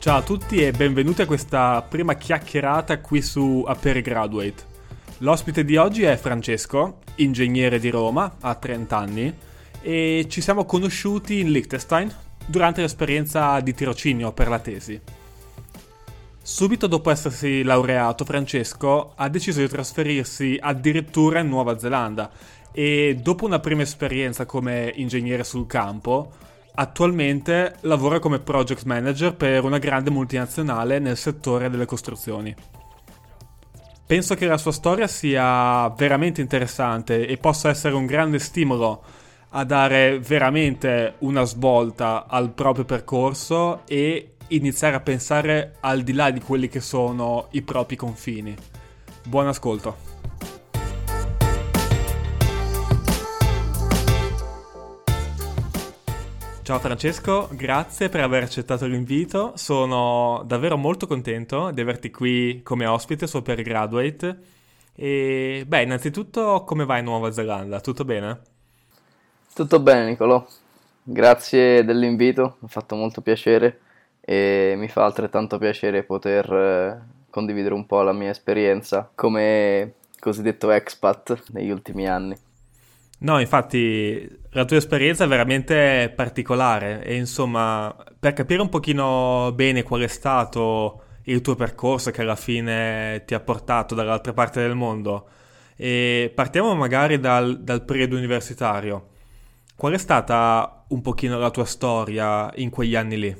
Ciao a tutti e benvenuti a questa prima chiacchierata qui su Appare Graduate. L'ospite di oggi è Francesco, ingegnere di Roma, ha 30 anni e ci siamo conosciuti in Liechtenstein durante l'esperienza di tirocinio per la tesi. Subito dopo essersi laureato, Francesco ha deciso di trasferirsi addirittura in Nuova Zelanda e dopo una prima esperienza come ingegnere sul campo, attualmente lavora come project manager per una grande multinazionale nel settore delle costruzioni. Penso che la sua storia sia veramente interessante e possa essere un grande stimolo a dare veramente una svolta al proprio percorso e iniziare a pensare al di là di quelli che sono i propri confini. Buon ascolto. Ciao Francesco, grazie per aver accettato l'invito. Sono davvero molto contento di averti qui come ospite su Appare Graduate. E innanzitutto come va in Nuova Zelanda? Tutto bene? Tutto bene, Nicolò. Grazie dell'invito, mi ha fatto molto piacere e mi fa altrettanto piacere poter condividere un po' la mia esperienza come cosiddetto expat negli ultimi anni. No, infatti la tua esperienza è veramente particolare e insomma, per capire un pochino bene qual è stato il tuo percorso che alla fine ti ha portato dall'altra parte del mondo, e partiamo magari dal periodo universitario. Qual è stata un pochino la tua storia in quegli anni lì?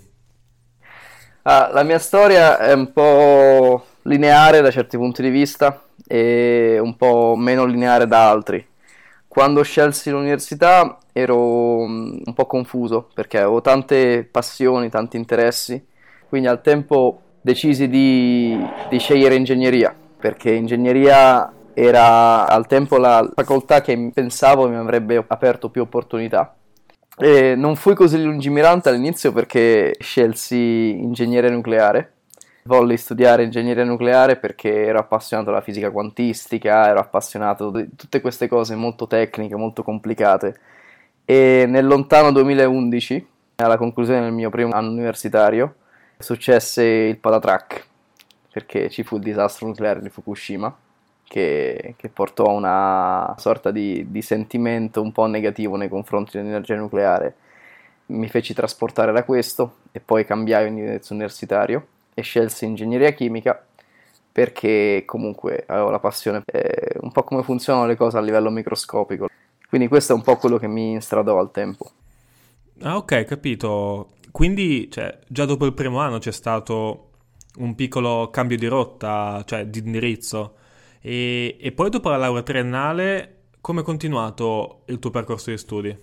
La mia storia è un po' lineare da certi punti di vista e un po' meno lineare da altri. Quando scelsi l'università ero un po' confuso perché avevo tante passioni, tanti interessi, quindi al tempo decisi di scegliere ingegneria, perché ingegneria era al tempo la facoltà che pensavo mi avrebbe aperto più opportunità. E non fui così lungimirante all'inizio perché scelsi ingegneria nucleare. Volli studiare ingegneria nucleare perché ero appassionato della fisica quantistica, ero appassionato di tutte queste cose molto tecniche, molto complicate. E nel lontano 2011, alla conclusione del mio primo anno universitario, successe il patatrack, perché ci fu il disastro nucleare di Fukushima, che portò a una sorta di sentimento un po' negativo nei confronti dell'energia nucleare. Mi feci trasportare da questo e poi cambiai indirizzo universitario e scelsi ingegneria chimica perché comunque avevo la passione un po' come funzionano le cose a livello microscopico. Quindi questo è un po' quello che mi instradò al tempo. Ah, ok, capito. Quindi, già dopo il primo anno c'è stato un piccolo cambio di rotta, cioè di indirizzo. E poi dopo la laurea triennale, come è continuato il tuo percorso di studi?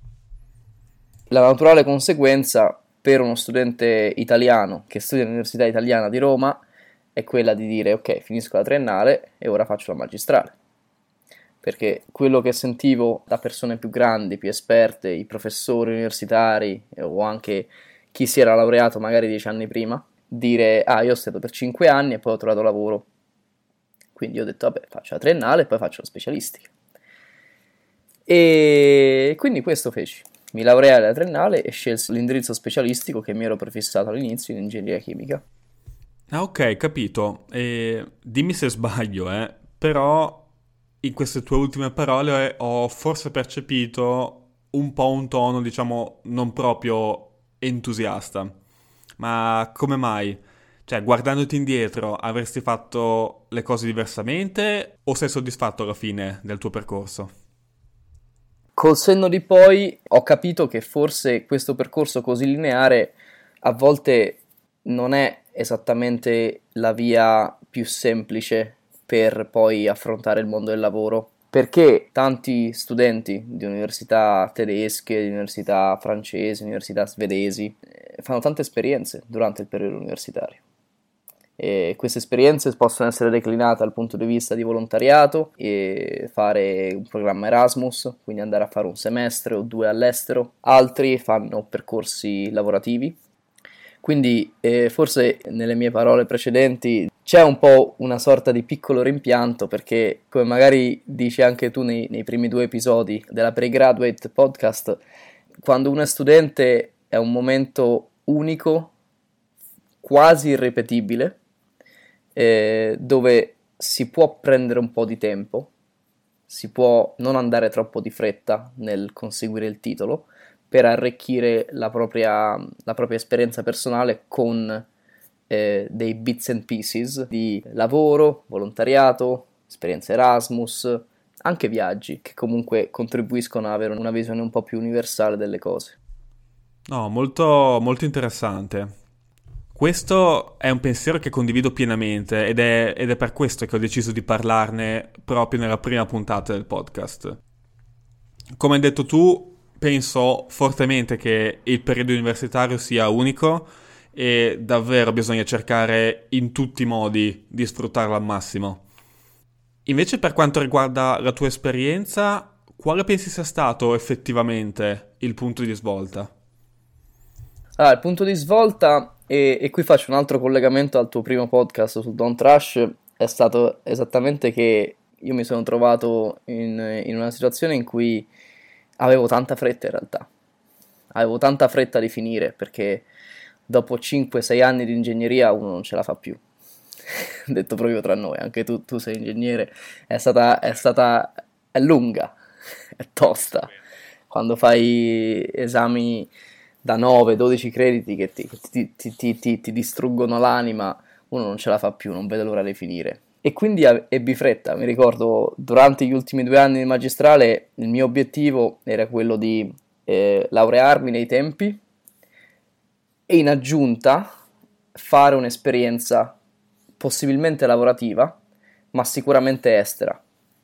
La naturale conseguenza per uno studente italiano che studia all'Università Italiana di Roma è quella di dire ok, finisco la triennale e ora faccio la magistrale. Perché quello che sentivo da persone più grandi, più esperte, i professori universitari o anche chi si era laureato magari 10 anni prima, dire io ho studiato per 5 anni e poi ho trovato lavoro. Quindi ho detto vabbè, faccio la triennale e poi faccio la specialistica. E quindi questo feci. Mi laureai alla triennale e scelsi l'indirizzo specialistico che mi ero prefissato all'inizio in ingegneria chimica. Ah, ok, capito. Dimmi se sbaglio, però in queste tue ultime parole ho forse percepito un po' un tono, diciamo, non proprio entusiasta. Ma come mai? Cioè, guardandoti indietro, avresti fatto le cose diversamente o sei soddisfatto alla fine del tuo percorso? Col senno di poi ho capito che forse questo percorso così lineare a volte non è esattamente la via più semplice per poi affrontare il mondo del lavoro, perché tanti studenti di università tedesche, di università francesi, università svedesi fanno tante esperienze durante il periodo universitario. E queste esperienze possono essere declinate dal punto di vista di volontariato e fare un programma Erasmus, quindi andare a fare un semestre o 2 all'estero. Altri fanno percorsi lavorativi. Quindi forse nelle mie parole precedenti c'è un po' una sorta di piccolo rimpianto perché, come magari dici anche tu nei primi 2 episodi della Pre-Graduate Podcast, quando uno è studente è un momento unico quasi irripetibile, dove si può prendere un po' di tempo, si può non andare troppo di fretta nel conseguire il titolo per arricchire la propria esperienza personale con dei bits and pieces di lavoro, volontariato, esperienze Erasmus, anche viaggi che comunque contribuiscono ad avere una visione un po' più universale delle cose. No, molto, molto interessante. Questo è un pensiero che condivido pienamente ed è per questo che ho deciso di parlarne proprio nella prima puntata del podcast. Come hai detto tu, penso fortemente che il periodo universitario sia unico e davvero bisogna cercare in tutti i modi di sfruttarlo al massimo. Invece per quanto riguarda la tua esperienza, quale pensi sia stato effettivamente il punto di svolta? Allora, il punto di svolta, e qui faccio un altro collegamento al tuo primo podcast sul Don't Rush, è stato esattamente che io mi sono trovato in una situazione in cui avevo tanta fretta in realtà. Avevo tanta fretta di finire perché dopo 5-6 anni di ingegneria uno non ce la fa più. Detto proprio tra noi, anche tu sei ingegnere, è lunga, è tosta. Quando fai esami da 9-12 crediti che ti distruggono l'anima, uno non ce la fa più, non vede l'ora di finire. E quindi ebbi fretta, mi ricordo, durante gli ultimi 2 anni di magistrale il mio obiettivo era quello di laurearmi nei tempi e in aggiunta fare un'esperienza possibilmente lavorativa, ma sicuramente estera,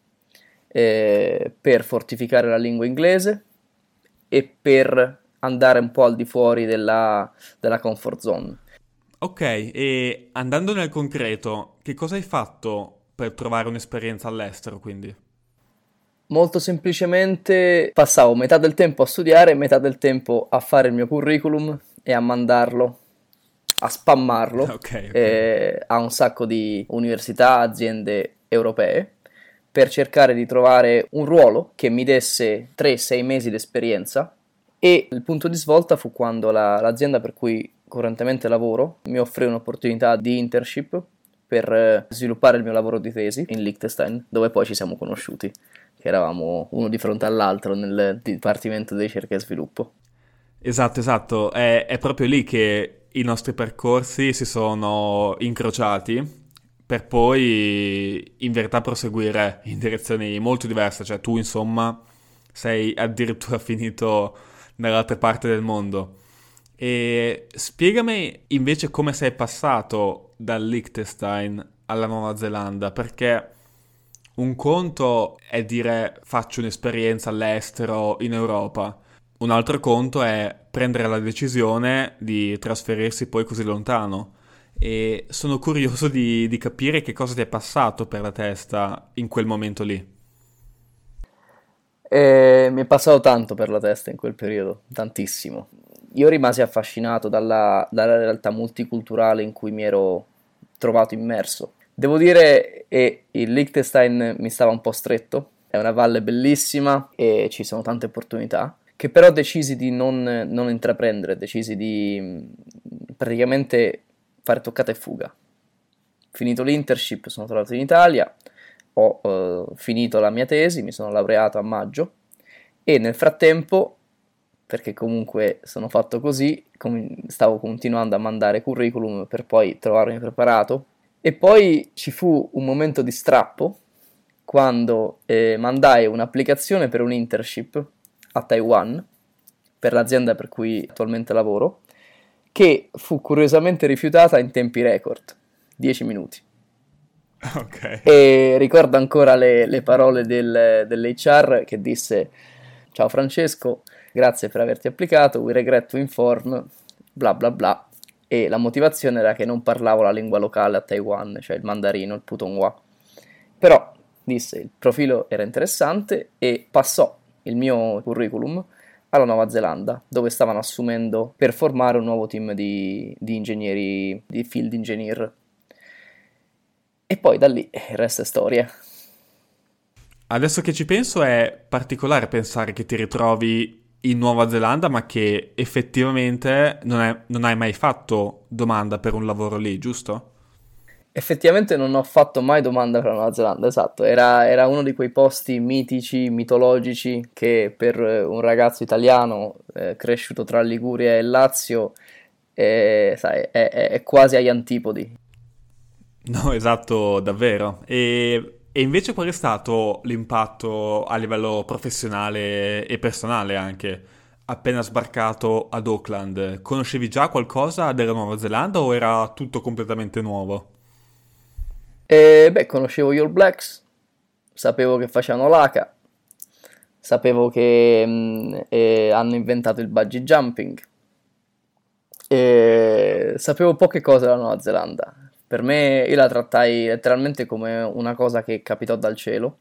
per fortificare la lingua inglese e per andare un po' al di fuori della comfort zone. Ok, e andando nel concreto, che cosa hai fatto per trovare un'esperienza all'estero, quindi? Molto semplicemente passavo metà del tempo a studiare e metà del tempo a fare il mio curriculum e a mandarlo, a spammarlo Ok. a un sacco di università, aziende europee per cercare di trovare un ruolo che mi desse 3-6 mesi di esperienza. E il punto di svolta fu quando l'azienda per cui correntemente lavoro mi offrì un'opportunità di internship per sviluppare il mio lavoro di tesi in Liechtenstein, dove poi ci siamo conosciuti, che eravamo uno di fronte all'altro nel Dipartimento di Ricerca e Sviluppo. Esatto, è proprio lì che i nostri percorsi si sono incrociati per poi in verità proseguire in direzioni molto diverse, cioè tu insomma sei addirittura finito nell'altra parte del mondo. E spiegami invece come sei passato dal Liechtenstein alla Nuova Zelanda, perché un conto è dire faccio un'esperienza all'estero in Europa, un altro conto è prendere la decisione di trasferirsi poi così lontano. E sono curioso di capire che cosa ti è passato per la testa in quel momento lì. E mi è passato tanto per la testa in quel periodo, tantissimo. Io rimasi affascinato dalla realtà multiculturale in cui mi ero trovato immerso. Devo dire che il Liechtenstein mi stava un po' stretto, è una valle bellissima e ci sono tante opportunità, che però decisi di non intraprendere, decisi di praticamente fare toccata e fuga. Finito l'internship sono tornato in Italia, ho finito la mia tesi, mi sono laureato a maggio e nel frattempo, perché comunque sono fatto così, stavo continuando a mandare curriculum per poi trovarmi preparato e poi ci fu un momento di strappo quando mandai un'applicazione per un internship a Taiwan per l'azienda per cui attualmente lavoro, che fu curiosamente rifiutata in tempi record, 10 minuti. Ok. E ricordo ancora le parole dell'HR che disse: ciao Francesco, grazie per averti applicato, we regret to inform, bla bla bla. E la motivazione era che non parlavo la lingua locale a Taiwan, cioè il mandarino, il putonghua. Però, disse, il profilo era interessante e passò il mio curriculum alla Nuova Zelanda, dove stavano assumendo per formare un nuovo team di ingegneri, di field engineer. E poi da lì il resto è storia. Adesso che ci penso è particolare pensare che ti ritrovi in Nuova Zelanda, ma che effettivamente non hai mai fatto domanda per un lavoro lì, giusto? Effettivamente non ho fatto mai domanda per la Nuova Zelanda, esatto, era uno di quei posti mitici, mitologici che per un ragazzo italiano cresciuto tra Liguria e Lazio sai, è quasi agli antipodi. No, esatto, davvero. E invece qual è stato l'impatto a livello professionale e personale anche? Appena sbarcato ad Auckland, conoscevi già qualcosa della Nuova Zelanda o era tutto completamente nuovo? E beh, conoscevo gli All Blacks, sapevo che facevano l'Haka, sapevo che hanno inventato il bungee jumping, e sapevo poche cose della Nuova Zelanda. Per me, io la trattai letteralmente come una cosa che capitò dal cielo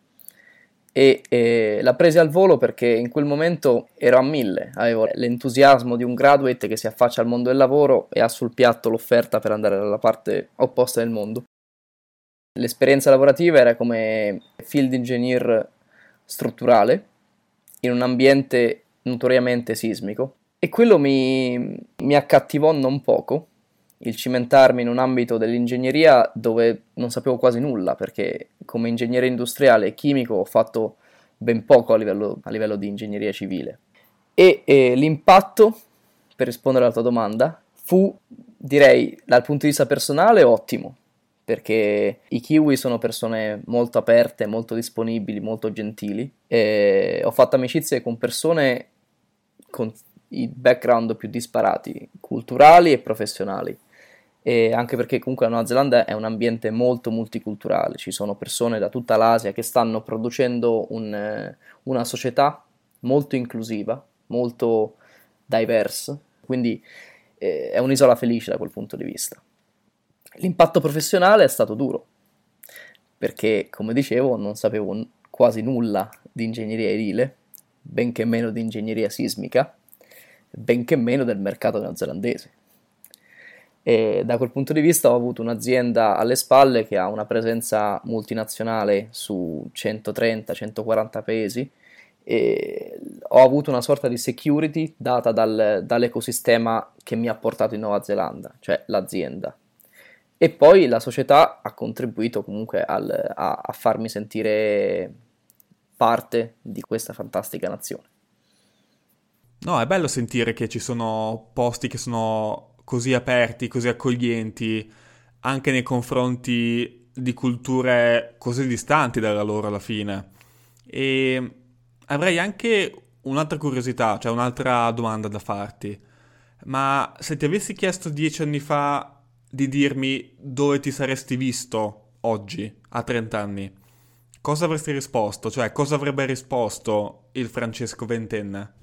e la presi al volo perché in quel momento ero a mille, avevo l'entusiasmo di un graduate che si affaccia al mondo del lavoro e ha sul piatto l'offerta per andare dalla parte opposta del mondo. L'esperienza lavorativa era come field engineer strutturale in un ambiente notoriamente sismico e quello mi accattivò non poco, il cimentarmi in un ambito dell'ingegneria dove non sapevo quasi nulla, perché come ingegnere industriale e chimico ho fatto ben poco a livello di ingegneria civile. E l'impatto, per rispondere alla tua domanda, fu, direi, dal punto di vista personale, ottimo, perché i kiwi sono persone molto aperte, molto disponibili, molto gentili, e ho fatto amicizie con persone con i background più disparati, culturali e professionali. E anche perché comunque la Nuova Zelanda è un ambiente molto multiculturale, ci sono persone da tutta l'Asia che stanno producendo una società molto inclusiva, molto diverse, quindi è un'isola felice da quel punto di vista. L'impatto professionale è stato duro, perché come dicevo non sapevo quasi nulla di ingegneria edile, benché meno di ingegneria sismica, benché meno del mercato neozelandese. E da quel punto di vista ho avuto un'azienda alle spalle che ha una presenza multinazionale su 130-140 paesi e ho avuto una sorta di security data dall'ecosistema che mi ha portato in Nuova Zelanda, cioè l'azienda. E poi la società ha contribuito comunque a farmi sentire parte di questa fantastica nazione. No, è bello sentire che ci sono posti che sono così aperti, così accoglienti, anche nei confronti di culture così distanti dalla loro alla fine. E avrei anche un'altra curiosità, cioè un'altra domanda da farti. Ma se ti avessi chiesto 10 anni fa di dirmi dove ti saresti visto oggi, a 30 anni, cosa avresti risposto? Cioè, cosa avrebbe risposto il Francesco ventenne?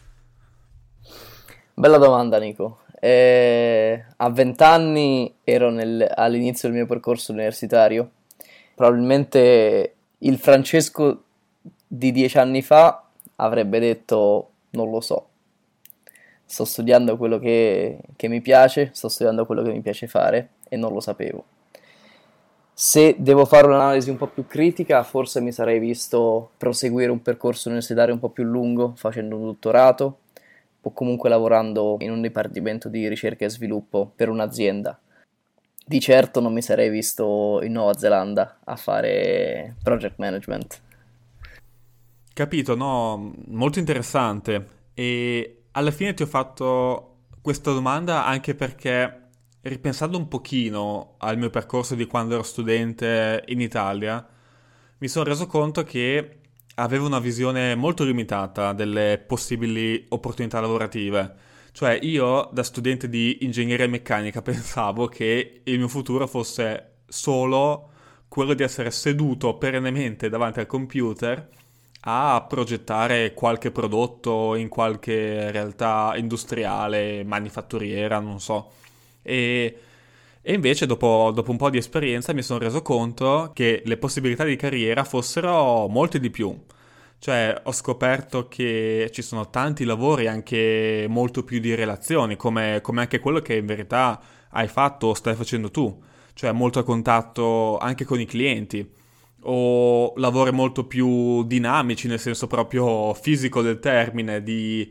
Bella domanda, Nico. A 20 anni ero all'inizio del mio percorso universitario. Probabilmente il Francesco di 10 anni fa avrebbe detto non lo so. Sto studiando quello che mi piace, sto studiando quello che mi piace fare e non lo sapevo. Se devo fare un'analisi un po' più critica, forse mi sarei visto proseguire un percorso universitario un po' più lungo, facendo un dottorato o comunque lavorando in un dipartimento di ricerca e sviluppo per un'azienda. Di certo non mi sarei visto in Nuova Zelanda a fare project management. Capito, no? Molto interessante. E alla fine ti ho fatto questa domanda anche perché, ripensando un pochino al mio percorso di quando ero studente in Italia, mi sono reso conto che avevo una visione molto limitata delle possibili opportunità lavorative. Cioè, io da studente di ingegneria meccanica pensavo che il mio futuro fosse solo quello di essere seduto perennemente davanti al computer a progettare qualche prodotto in qualche realtà industriale, manifatturiera, non so. E, e invece dopo un po' di esperienza mi sono reso conto che le possibilità di carriera fossero molte di più. Cioè, ho scoperto che ci sono tanti lavori, anche molto più di relazioni, come anche quello che in verità hai fatto o stai facendo tu. Cioè, molto a contatto anche con i clienti. o lavori molto più dinamici, nel senso proprio fisico del termine,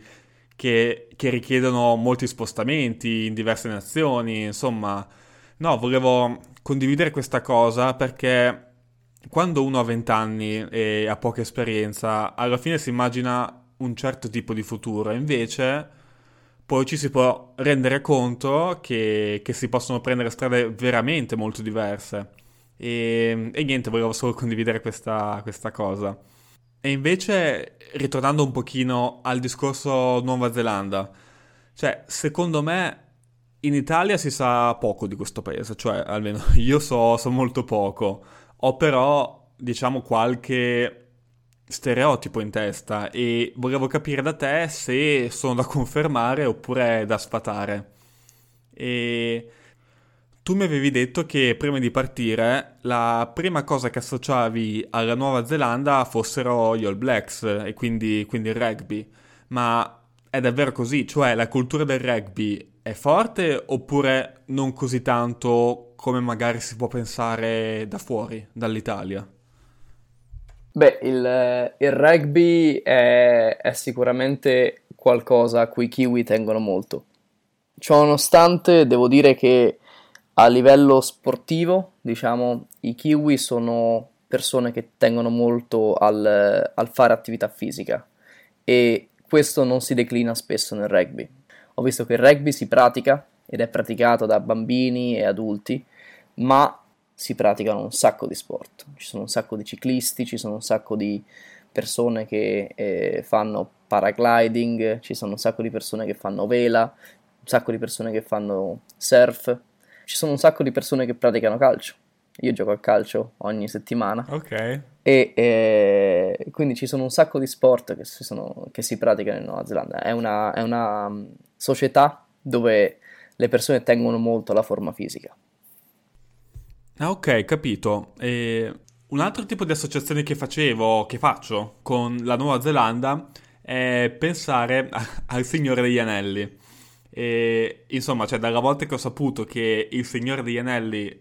che richiedono molti spostamenti in diverse nazioni, insomma. No, volevo condividere questa cosa perché quando uno ha 20 anni e ha poca esperienza, alla fine si immagina un certo tipo di futuro, invece poi ci si può rendere conto che si possono prendere strade veramente molto diverse. E niente, volevo solo condividere questa cosa. E invece, ritornando un pochino al discorso Nuova Zelanda, cioè, secondo me in Italia si sa poco di questo paese, cioè, almeno io so molto poco. Ho però, diciamo, qualche stereotipo in testa e volevo capire da te se sono da confermare oppure da sfatare. E tu mi avevi detto che prima di partire la prima cosa che associavi alla Nuova Zelanda fossero gli All Blacks e quindi il rugby, ma è davvero così? Cioè la cultura del rugby è forte oppure non così tanto come magari si può pensare da fuori, dall'Italia? Beh, il rugby è sicuramente qualcosa a cui i kiwi tengono molto. Ciononostante, devo dire che a livello sportivo, diciamo, i kiwi sono persone che tengono molto al fare attività fisica e questo non si declina spesso nel rugby. Ho visto che il rugby si pratica ed è praticato da bambini e adulti, ma si praticano un sacco di sport. Ci sono un sacco di ciclisti, ci sono un sacco di persone che fanno paragliding, ci sono un sacco di persone che fanno vela, un sacco di persone che fanno surf, ci sono un sacco di persone che praticano calcio. Io gioco a calcio ogni settimana Ok. e quindi ci sono un sacco di sport che si praticano in Nuova Zelanda. È una società dove le persone tengono molto alla forma fisica. Ah, ok, capito. E un altro tipo di associazione che faccio con la Nuova Zelanda è pensare al Signore degli Anelli. E insomma, cioè, dalla volta che ho saputo che il Signore degli Anelli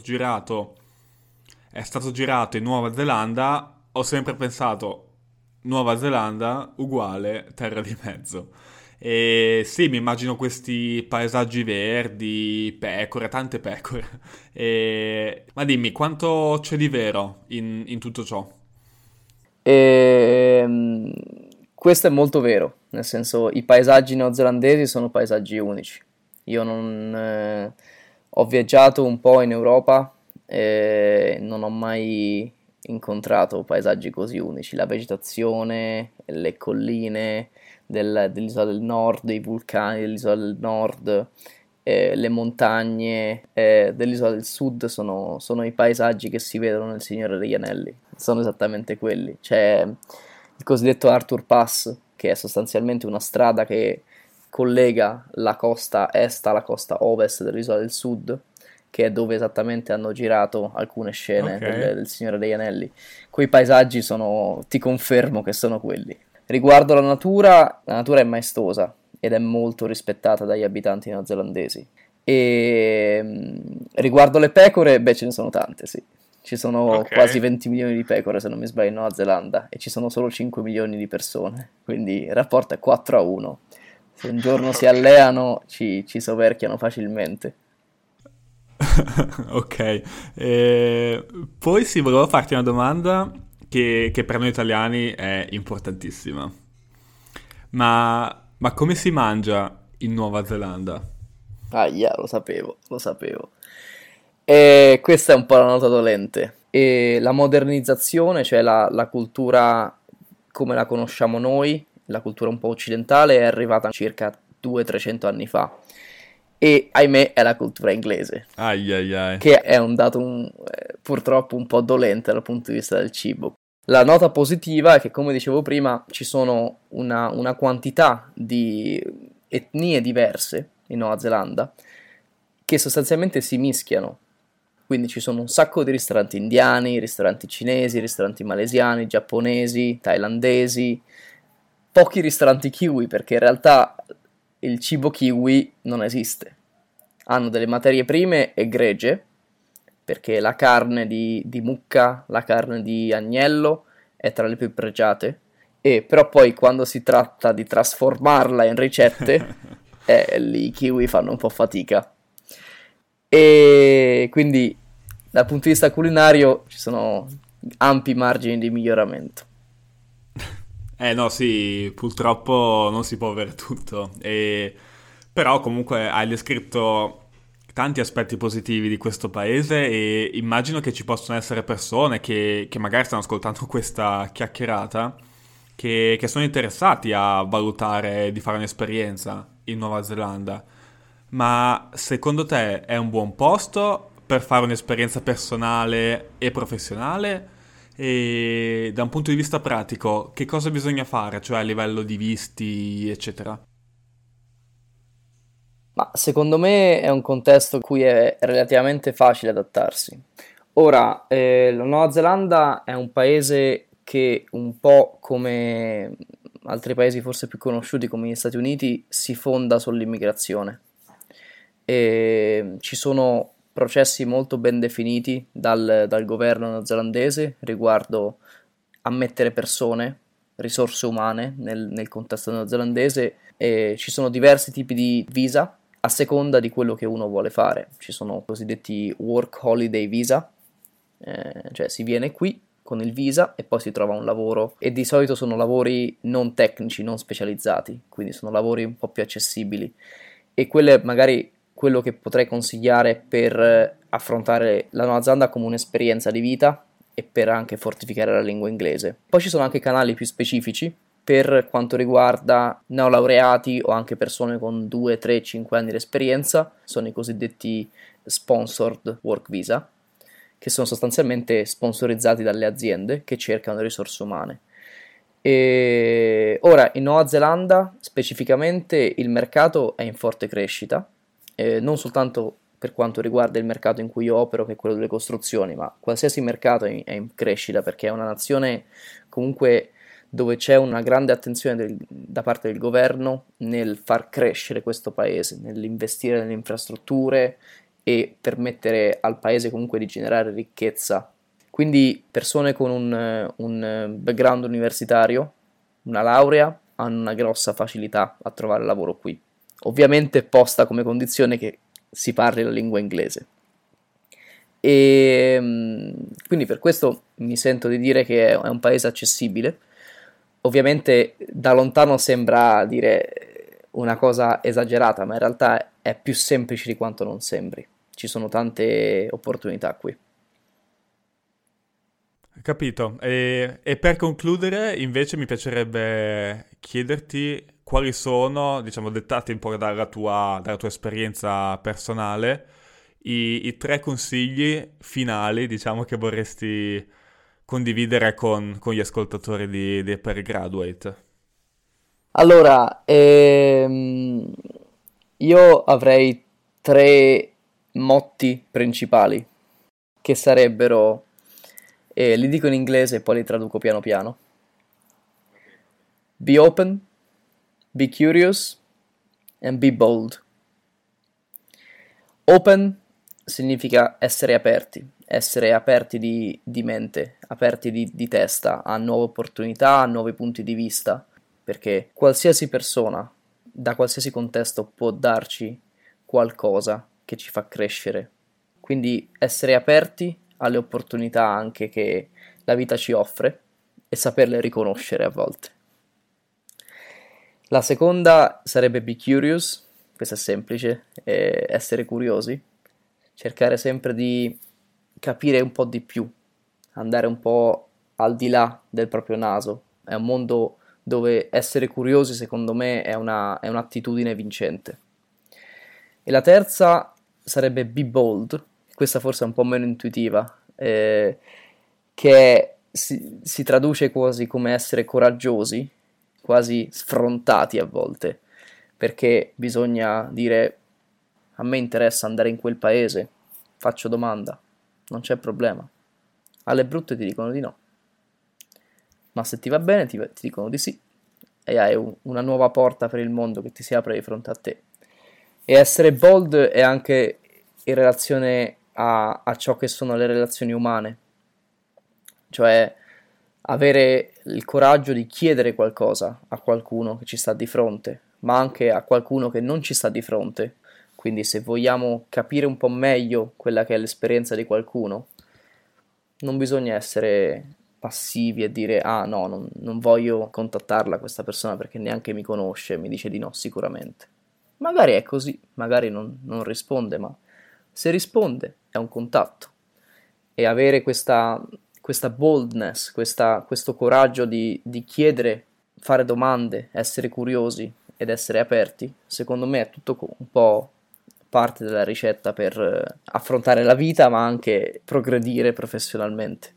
è stato girato in Nuova Zelanda, ho sempre pensato Nuova Zelanda uguale Terra di Mezzo. E sì, mi immagino questi paesaggi verdi, pecore, tante pecore. Ma dimmi, quanto c'è di vero in tutto ciò? E, questo è molto vero, nel senso i paesaggi neozelandesi sono paesaggi unici. Io non, ho viaggiato un po' in Europa e non ho mai incontrato paesaggi così unici. La vegetazione, le colline dell'isola del nord, i vulcani dell'isola del nord, le montagne dell'isola del sud sono i paesaggi che si vedono nel Signore degli Anelli, sono esattamente quelli. C'è il cosiddetto Arthur Pass, che è sostanzialmente una strada che collega la costa est alla costa ovest dell'isola del sud, che è dove esattamente hanno girato alcune scene Ok. del Signore degli Anelli. Quei paesaggi ti confermo che sono quelli. Riguardo la natura è maestosa ed è molto rispettata dagli abitanti neozelandesi. E riguardo le pecore, beh, ce ne sono tante, sì. Ci sono Ok. quasi 20 milioni di pecore, se non mi sbaglio, in Nuova Zelanda e ci sono solo 5 milioni di persone, quindi il rapporto è 4 a 1. Se un giorno si Ok. alleano, ci soverchiano facilmente. Ok. Poi sì, volevo farti una domanda che per noi italiani è importantissima. Ma come si mangia in Nuova Zelanda? Ahia, lo sapevo, lo sapevo. E questa è un po' la nota dolente. E la modernizzazione, cioè la cultura come la conosciamo noi, la cultura un po' occidentale, è arrivata circa 200-300 anni fa. E ahimè è la cultura inglese, Ai ai ai. che è un dato purtroppo un po' dolente dal punto di vista del cibo. La nota positiva è che, come dicevo prima, ci sono una quantità di etnie diverse in Nuova Zelanda che sostanzialmente si mischiano. Quindi ci sono un sacco di ristoranti indiani, ristoranti cinesi, ristoranti malesiani, giapponesi, thailandesi, pochi ristoranti kiwi perché in realtà il cibo kiwi non esiste. Hanno delle materie prime egregie, perché la carne di mucca, la carne di agnello è tra le più pregiate, e però poi quando si tratta di trasformarla in ricette, lì i kiwi fanno un po' fatica. E quindi dal punto di vista culinario ci sono ampi margini di miglioramento. Eh no, sì, purtroppo non si può avere tutto. Però comunque hai descritto tanti aspetti positivi di questo paese e immagino che ci possono essere persone che magari stanno ascoltando questa chiacchierata che sono interessati a valutare di fare un'esperienza in Nuova Zelanda. Ma secondo te è un buon posto per fare un'esperienza personale e professionale? E da un punto di vista pratico, che cosa bisogna fare, cioè a livello di visti, eccetera? Ma secondo me è un contesto in cui è relativamente facile adattarsi. Ora, la Nuova Zelanda è un paese che un po' come altri paesi forse più conosciuti come gli Stati Uniti si fonda sull'immigrazione. E ci sono processi molto ben definiti dal governo neozelandese riguardo ammettere persone, risorse umane nel contesto neozelandese, e ci sono diversi tipi di visa a seconda di quello che uno vuole fare. Ci sono cosiddetti work holiday visa, cioè si viene qui con il visa e poi si trova un lavoro, e di solito sono lavori non tecnici, non specializzati, quindi sono lavori un po' più accessibili, e quello è magari quello che potrei consigliare per affrontare la Nuova Zelanda come un'esperienza di vita e per anche fortificare la lingua inglese. Poi ci sono anche canali più specifici per quanto riguarda neolaureati o anche persone con 2, 3, 5 anni di esperienza, sono i cosiddetti sponsored work visa, che sono sostanzialmente sponsorizzati dalle aziende che cercano risorse umane. E ora in Nuova Zelanda specificamente il mercato è in forte crescita, non soltanto per quanto riguarda il mercato in cui io opero, che è quello delle costruzioni, ma qualsiasi mercato è in crescita, perché è una nazione comunque dove c'è una grande attenzione da parte del governo nel far crescere questo paese, nell'investire nelle infrastrutture e permettere al paese comunque di generare ricchezza. Quindi persone con un background universitario, una laurea, hanno una grossa facilità a trovare lavoro qui. Ovviamente posta come condizione che si parli la lingua inglese. E quindi per questo mi sento di dire che è un paese accessibile. Ovviamente da lontano sembra dire una cosa esagerata, ma in realtà è più semplice di quanto non sembri. Ci sono tante opportunità qui. Capito. E per concludere, invece, mi piacerebbe chiederti quali sono, diciamo, dettati un po' dalla tua esperienza personale, i tre consigli finali, diciamo, che vorresti condividere con gli ascoltatori di Per Graduate. Allora, io avrei tre motti principali che sarebbero, li dico in inglese e poi li traduco piano piano. Be open, be curious, and be bold. Open significa essere aperti di mente, aperti di testa a nuove opportunità, a nuovi punti di vista, perché qualsiasi persona, da qualsiasi contesto, può darci qualcosa che ci fa crescere. Quindi essere aperti alle opportunità anche che la vita ci offre e saperle riconoscere a volte. La seconda sarebbe be curious, questo è semplice, essere curiosi, cercare sempre di capire un po' di più, andare un po' al di là del proprio naso. È un mondo dove essere curiosi, secondo me, è un'attitudine vincente. E la terza sarebbe be bold, questa forse è un po' meno intuitiva, che si traduce quasi come essere coraggiosi, quasi sfrontati a volte, perché bisogna dire: a me interessa andare in quel paese, faccio domanda, non c'è problema. Alle brutte ti dicono di no, ma se ti va bene ti dicono di sì, e hai una nuova porta per il mondo che ti si apre di fronte a te. E essere bold è anche in relazione a ciò che sono le relazioni umane, cioè avere il coraggio di chiedere qualcosa a qualcuno che ci sta di fronte, ma anche a qualcuno che non ci sta di fronte. Quindi se vogliamo capire un po' meglio quella che è l'esperienza di qualcuno, non bisogna essere passivi e dire ah no, non voglio contattarla questa persona perché neanche mi conosce, mi dice di no sicuramente. Magari è così, magari non risponde, ma se risponde è un contatto. E avere questa boldness, questo coraggio di chiedere, fare domande, essere curiosi ed essere aperti, secondo me è tutto un po' parte della ricetta per affrontare la vita, ma anche progredire professionalmente.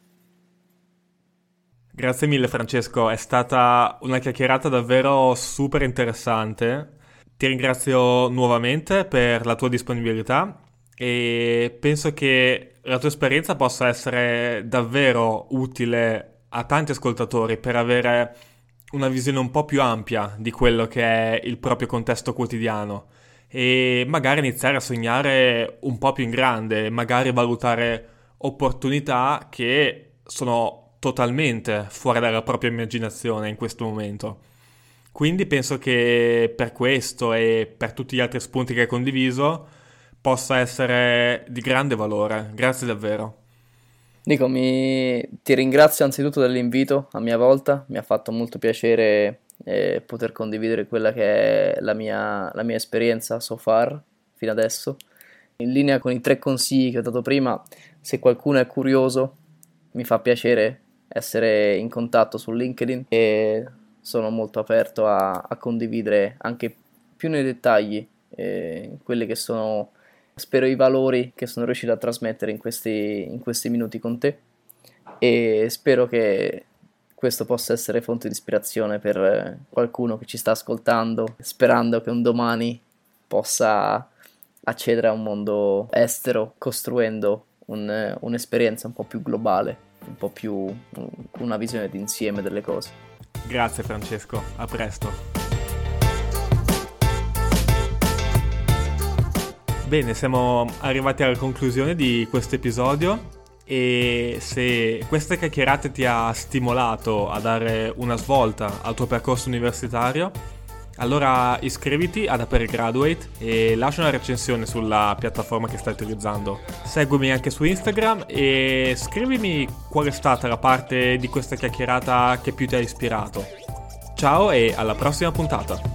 Grazie mille Francesco, è stata una chiacchierata davvero super interessante. Ti ringrazio nuovamente per la tua disponibilità e penso che la tua esperienza possa essere davvero utile a tanti ascoltatori per avere una visione un po' più ampia di quello che è il proprio contesto quotidiano e magari iniziare a sognare un po' più in grande, magari valutare opportunità che sono totalmente fuori dalla propria immaginazione in questo momento. Quindi penso che per questo e per tutti gli altri spunti che hai condiviso possa essere di grande valore. Grazie davvero. Nico, ti ringrazio anzitutto dell'invito a mia volta, mi ha fatto molto piacere poter condividere quella che è la mia esperienza so far fino adesso. In linea con i 3 consigli che ho dato prima, se qualcuno è curioso, mi fa piacere essere in contatto su LinkedIn e sono molto aperto a condividere anche più nei dettagli quelli che sono, spero, i valori che sono riuscito a trasmettere in questi minuti con te, e spero che questo possa essere fonte di ispirazione per qualcuno che ci sta ascoltando, sperando che un domani possa accedere a un mondo estero, costruendo un'esperienza un po' più globale, un po' più una visione d'insieme delle cose. Grazie Francesco, a presto. Bene, siamo arrivati alla conclusione di questo episodio e se questa chiacchierata ti ha stimolato a dare una svolta al tuo percorso universitario, allora iscriviti ad Apere Graduate e lascia una recensione sulla piattaforma che stai utilizzando. Seguimi anche su Instagram e scrivimi qual è stata la parte di questa chiacchierata che più ti ha ispirato. Ciao e alla prossima puntata!